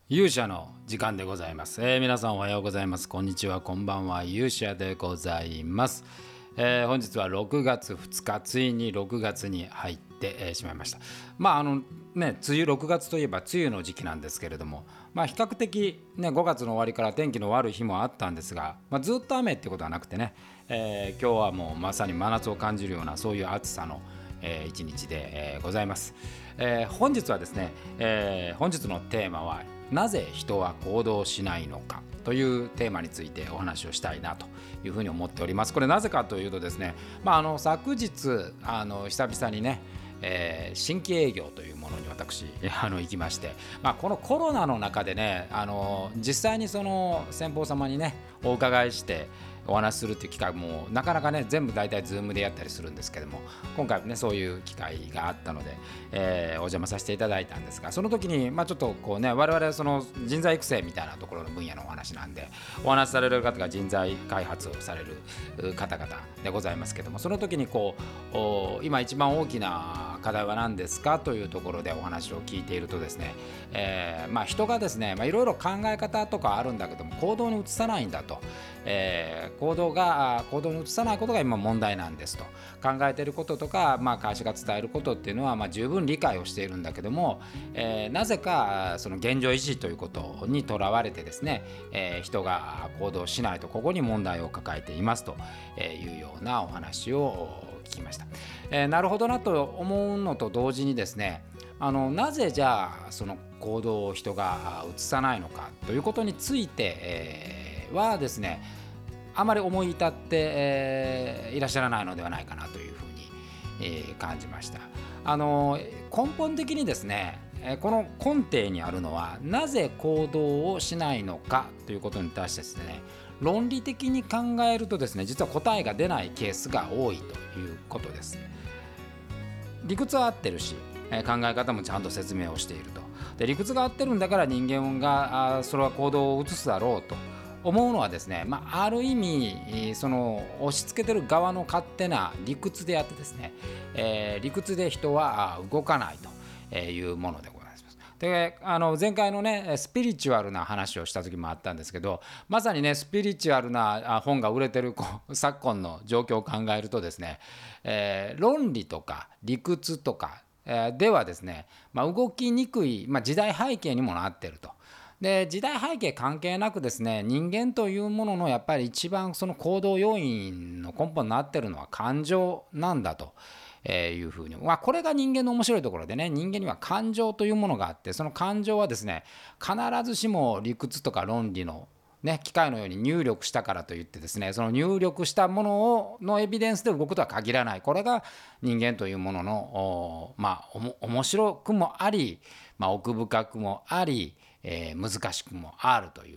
勇者の時間でございます。皆さんおはようございます。こんにちは、こんばんは。勇者でございます。本日は6月2日、ついに6月に入って、しまいました。梅雨6月といえば梅雨の時期なんですけれども、比較的、5月の終わりから天気の悪い日もあったんですが、ずっと雨ってことはなくてね、今日はもうまさに真夏を感じるようなそういう暑さの一日で、ございます。本日はですね、本日のテーマはなぜ人は行動しないのかというテーマについてお話をしたいなというふうに思っております。これなぜかというとですね、昨日久々にね、新規営業というものに私行きまして、このコロナの中でね、実際にその先方様にねお伺いしてお話しするっていう機会もなかなかね全部大体 Zoom でやったりするんですけども、今回ねそういう機会があったので、お邪魔させていただいたんですが、その時にちょっとこうね、我々その人材育成みたいなところの分野のお話なんで、お話しされる方が人材開発をされる方々でございますけども、その時にこう今一番大きな課題は何ですかというところでお話を聞いているとですね、人がですね、いろいろ考え方とかあるんだけども行動に移さないんだと、行動に移さないことが今問題なんですと、考えていることとか、会社が伝えることっていうのは十分理解をしているんだけども、なぜかその現状維持ということにとらわれてですね、人が行動しないと、ここに問題を抱えていますというようなお話を聞きました。なるほどなと思うのと同時にですね、なぜじゃあその行動を人が移さないのかということについて、はですね、あまり思い至って、いらっしゃらないのではないかなというふうに、感じました。根本的にですね、この根底にあるのはなぜ行動をしないのかということに対してですね、論理的に考えるとですね、実は答えが出ないケースが多いということです。理屈は合ってるし、考え方もちゃんと説明をしていると。で、理屈が合ってるんだから人間がそれは行動を移すだろうと思うのはですね、ある意味その押し付けてる側の勝手な理屈であってですね、理屈で人は動かないというものでございます。で、前回のねスピリチュアルな話をした時もあったんですけど、まさにねスピリチュアルな本が売れてる昨今の状況を考えるとですね、論理とか理屈とか、ではですね、動きにくい、時代背景にもなっていると。で、時代背景関係なくですね、人間というもののやっぱり一番その行動要因の根本になっているのは感情なんだというふうに、これが人間の面白いところでね、人間には感情というものがあって、その感情はですね、必ずしも理屈とか論理の機械のように入力したからといってですね、その入力したもののエビデンスで動くとは限らない。これが人間というものの面白くもあり、奥深くもあり、難しくもあるという、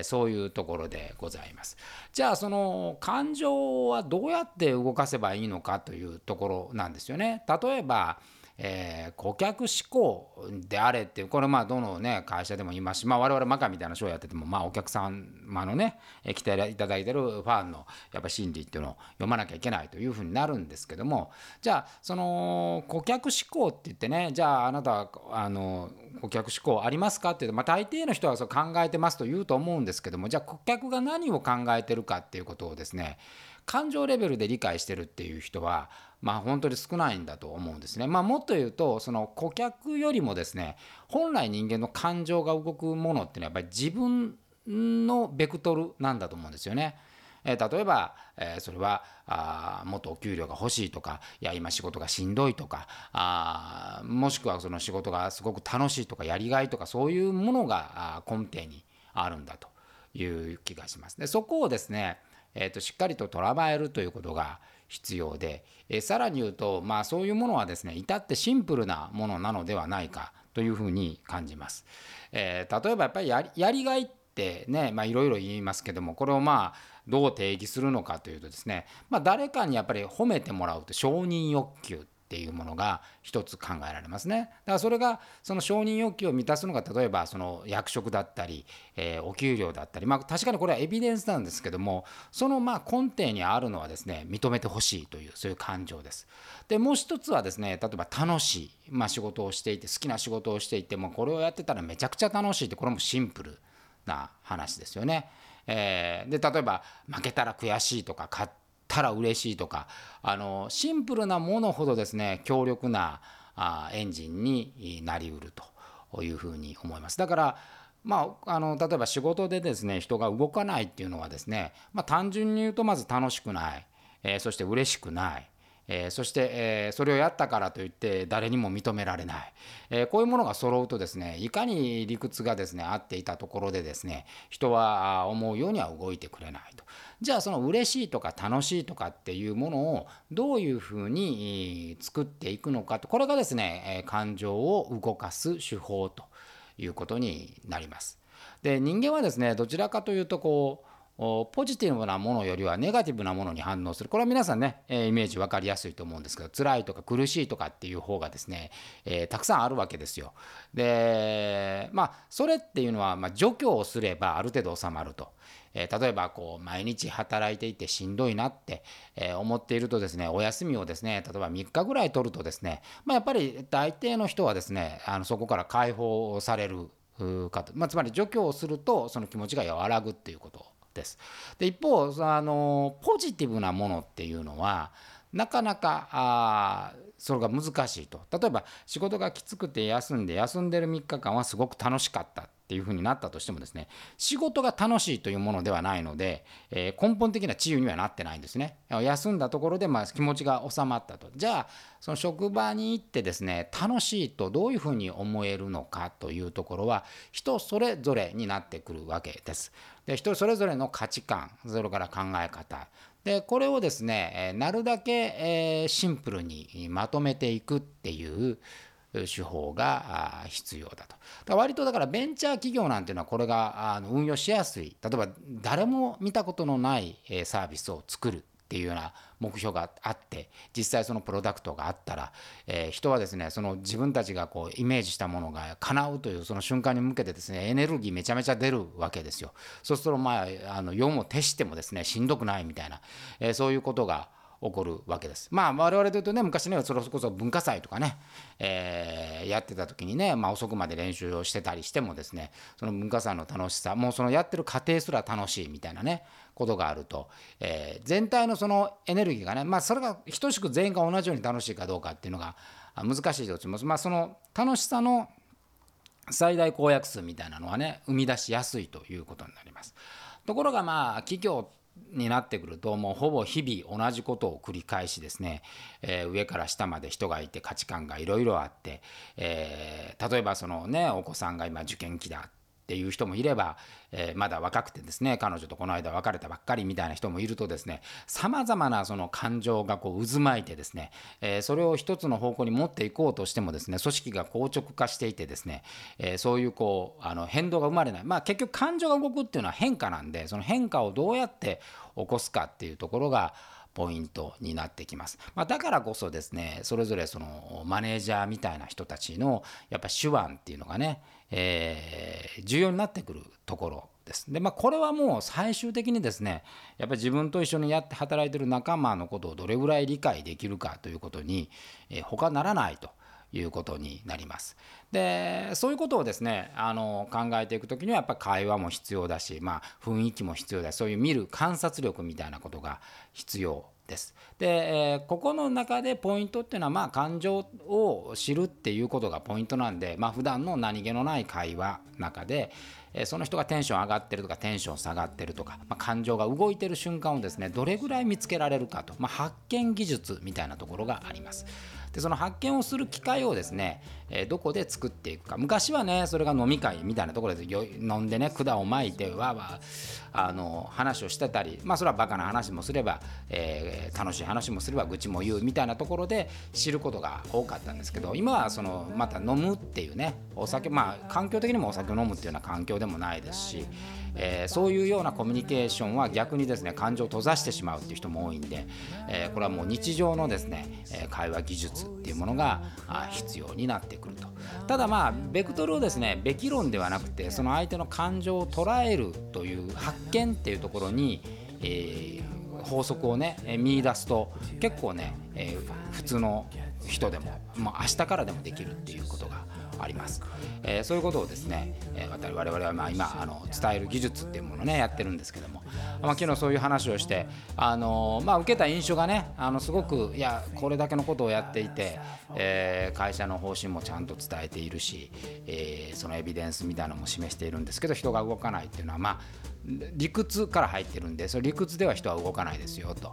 そういうところでございます。じゃあその感情はどうやって動かせばいいのかというところなんですよね。例えば顧客志向であれっていう、これどのね会社でも言いますし、我々マカみたいなショーやってても、お客様のね来ていただいてるファンのやっぱ心理っていうのを読まなきゃいけないというふうになるんですけども、じゃあその顧客志向って言ってね、じゃああなたは顧客志向ありますかって言うと、大抵の人はそう考えてますと言うと思うんですけども、じゃあ顧客が何を考えてるかっていうことをですね、感情レベルで理解してるっていう人は本当に少ないんだと思うんですね。もっと言うと、その顧客よりもですね、本来人間の感情が動くものっていうのはやっぱり自分のベクトルなんだと思うんですよね。例えば、それはもっとお給料が欲しいとか、いや今仕事がしんどいとか、もしくはその仕事がすごく楽しいとかやりがいとか、そういうものが根底にあるんだという気がします。で、そこをですね、しっかりと捉えるということが必要で、さらに言うと、そういうものはですね、至ってシンプルなものなのではないかというふうに感じます。例えばやっぱりやりがいってね、いろいろ言いますけども、これをどう定義するのかというとですね、誰かにやっぱり褒めてもらうと承認欲求っていうものが一つ考えられますね。だからそれがその承認欲求を満たすのが例えばその役職だったり、お給料だったり、確かにこれはエビデンスなんですけども、その根底にあるのはですね、認めてほしいというそういう感情です。でもう一つはですね、例えば楽しい、仕事をしていて好きな仕事をしていてもこれをやってたらめちゃくちゃ楽しいって、これもシンプルな話ですよね。で例えば負けたら悔しいとか勝ったら嬉しいとか、シンプルなものほどですね強力なエンジンになりうるというふうに思います。だから例えば仕事でですね人が動かないっていうのはですね、単純に言うとまず楽しくない、そして嬉しくない、そして、それをやったからといって誰にも認められない、こういうものが揃うとですね、いかに理屈がですね合っていたところでですね人は思うようには動いてくれないと。じゃあその嬉しいとか楽しいとかっていうものをどういうふうに作っていくのかと、これがですね感情を動かす手法ということになります。で人間はですねどちらかというとポジティブなものよりはネガティブなものに反応する。これは皆さんね、イメージ分かりやすいと思うんですけど、辛いとか苦しいとかっていう方がですね、たくさんあるわけですよ。でそれっていうのは、除去をすればある程度収まると。例えば毎日働いていてしんどいなって、思っているとですね、お休みをですね例えば3日ぐらい取るとですね、やっぱり大抵の人はですねそこから解放されるかと、つまり除去をするとその気持ちが和らぐっていうことです。で一方ポジティブなものっていうのはなかなかそれが難しいと。例えば仕事がきつくて休んでる3日間はすごく楽しかったっていうふうになったとしてもですね、仕事が楽しいというものではないので、根本的な治癒にはなってないんですね。休んだところで気持ちが収まったと。じゃあその職場に行ってですね楽しいとどういうふうに思えるのかというところは人それぞれになってくるわけです。で人それぞれの価値観、それから考え方で、これをですねなるだけシンプルにまとめていくっていう手法が必要だと。だから割とだからベンチャー企業なんていうのはこれが運用しやすい。例えば誰も見たことのないサービスを作るっていうような目標があって実際そのプロダクトがあったら、人はですねその自分たちがイメージしたものが叶うというその瞬間に向けてですねエネルギーめちゃめちゃ出るわけですよ。そうすると夜も徹してもですねしんどくないみたいな、そういうことが起こるわけです。我々で言うとね昔ねそれこそ文化祭とかね、やってた時にね、遅くまで練習をしてたりしてもですねその文化祭の楽しさもうそのやってる過程すら楽しいみたいなねことがあると、全体のそのエネルギーがねそれが等しく全員が同じように楽しいかどうかっていうのが難しいと思います。その楽しさの最大公約数みたいなのはね生み出しやすいということになります。ところが企業になってくるともうほぼ日々同じことを繰り返しですね、上から下まで人がいて価値観がいろいろあって、例えばそのねお子さんが今受験期だっていう人もいれば、まだ若くてですね彼女とこの間別れたばっかりみたいな人もいるとですねさまざまなその感情が渦巻いてですね、それを一つの方向に持っていこうとしてもですね組織が硬直化していてですね、そういう変動が生まれない、結局感情が動くっていうのは変化なんでその変化をどうやって起こすかっていうところがポイントになってきます。だからこそですねそれぞれそのマネージャーみたいな人たちのやっぱ手腕っていうのがね、重要になってくるところです。でこれはもう最終的にですねやっぱり自分と一緒に働いてる仲間のことをどれぐらい理解できるかということに、他ならないということになります。でそういうことをですね考えていくときにはやっぱり会話も必要だし、雰囲気も必要だし、そういう見る観察力みたいなことが必要です。で、ここの中でポイントっていうのは感情を知るっていうことがポイントなんで、普段の何気のない会話の中でその人がテンション上がってるとかテンション下がってるとか、感情が動いてる瞬間をですねどれぐらい見つけられるかと、発見技術みたいなところがあります。でその発見をする機会をですね、どこで作っていくか。昔はねそれが飲み会みたいなところで飲んでね管を巻いて話をしてたり、それはバカな話もすれば、楽しい話もすれば愚痴も言うみたいなところで知ることが多かったんですけど、今はまた飲むっていうねお酒、環境的にもお酒を飲むっていうような環境要でもないですし、そういうようなコミュニケーションは逆にですね感情を閉ざしてしまうっていう人も多いんで、これはもう日常のですね会話技術っていうものが必要になってくると。ただベクトルをですねべき論ではなくて、その相手の感情を捉えるという発見っていうところに、法則をね見出すと結構ね、普通の人でも、明日からでもできるっていうことがあります。そういうことをですね、我々は今伝える技術っていうものをねやってるんですけども、昨日そういう話をして、受けた印象がねすごくこれだけのことをやっていて、会社の方針もちゃんと伝えているし、そのエビデンスみたいなのも示しているんですけど、人が動かないっていうのは理屈から入ってるんで、その理屈では人は動かないですよと、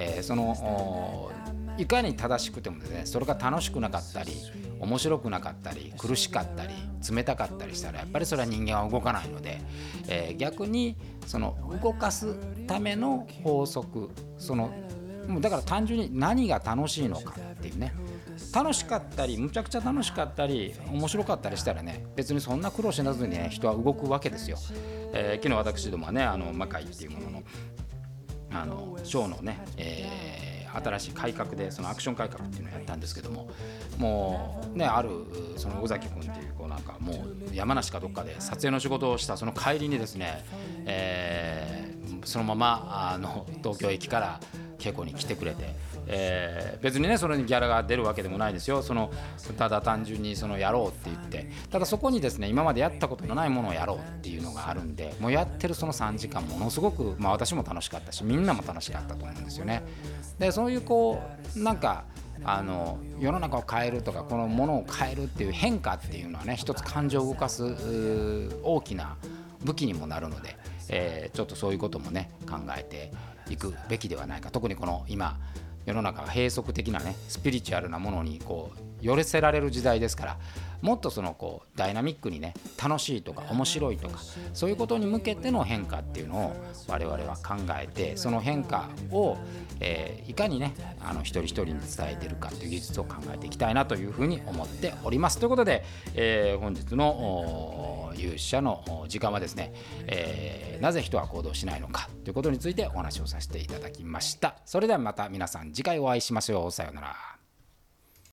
いかに正しくてもですね、それが楽しくなかったり面白くなかったり苦しかったり冷たかったりしたらやっぱりそれは人間は動かないので、逆にその動かすための法則、だから単純に何が楽しいのかっていうね、楽しかったりむちゃくちゃ楽しかったり面白かったりしたらね、別にそんな苦労しなずにね人は動くわけですよ。昨日私どもはね魔界っていうもののショーのね、新しい改革でそのアクション改革っていうのをやったんですけども、もうねあるその尾崎君っていうなんかもう山梨かどっかで撮影の仕事をしたその帰りにですね、そのまま東京駅から稽古に来てくれて、別にねそれにギャラが出るわけでもないですよ。ただ単純にやろうって言って、ただそこにですね今までやったことのないものをやろうっていうのがあるんで、もうやってるその3時間ものすごく、私も楽しかったしみんなも楽しかったと思うんですよね。でそういうなんか世の中を変えるとかこのものを変えるっていう変化っていうのはね、一つ感情を動かす大きな武器にもなるので、ちょっとそういうこともね考えていくべきではないか。特にこの今世の中が閉塞的なねスピリチュアルなものに寄れせられる時代ですから、もっとダイナミックにね楽しいとか面白いとかそういうことに向けての変化っていうのを我々は考えて、その変化を、いかにね一人一人に伝えているかという技術を考えていきたいなというふうに思っております。ということで、本日の勇者の時間はですね、なぜ人は行動しないのかということについてお話をさせていただきました。それではまた皆さん次回お会いしましょう。さようなら。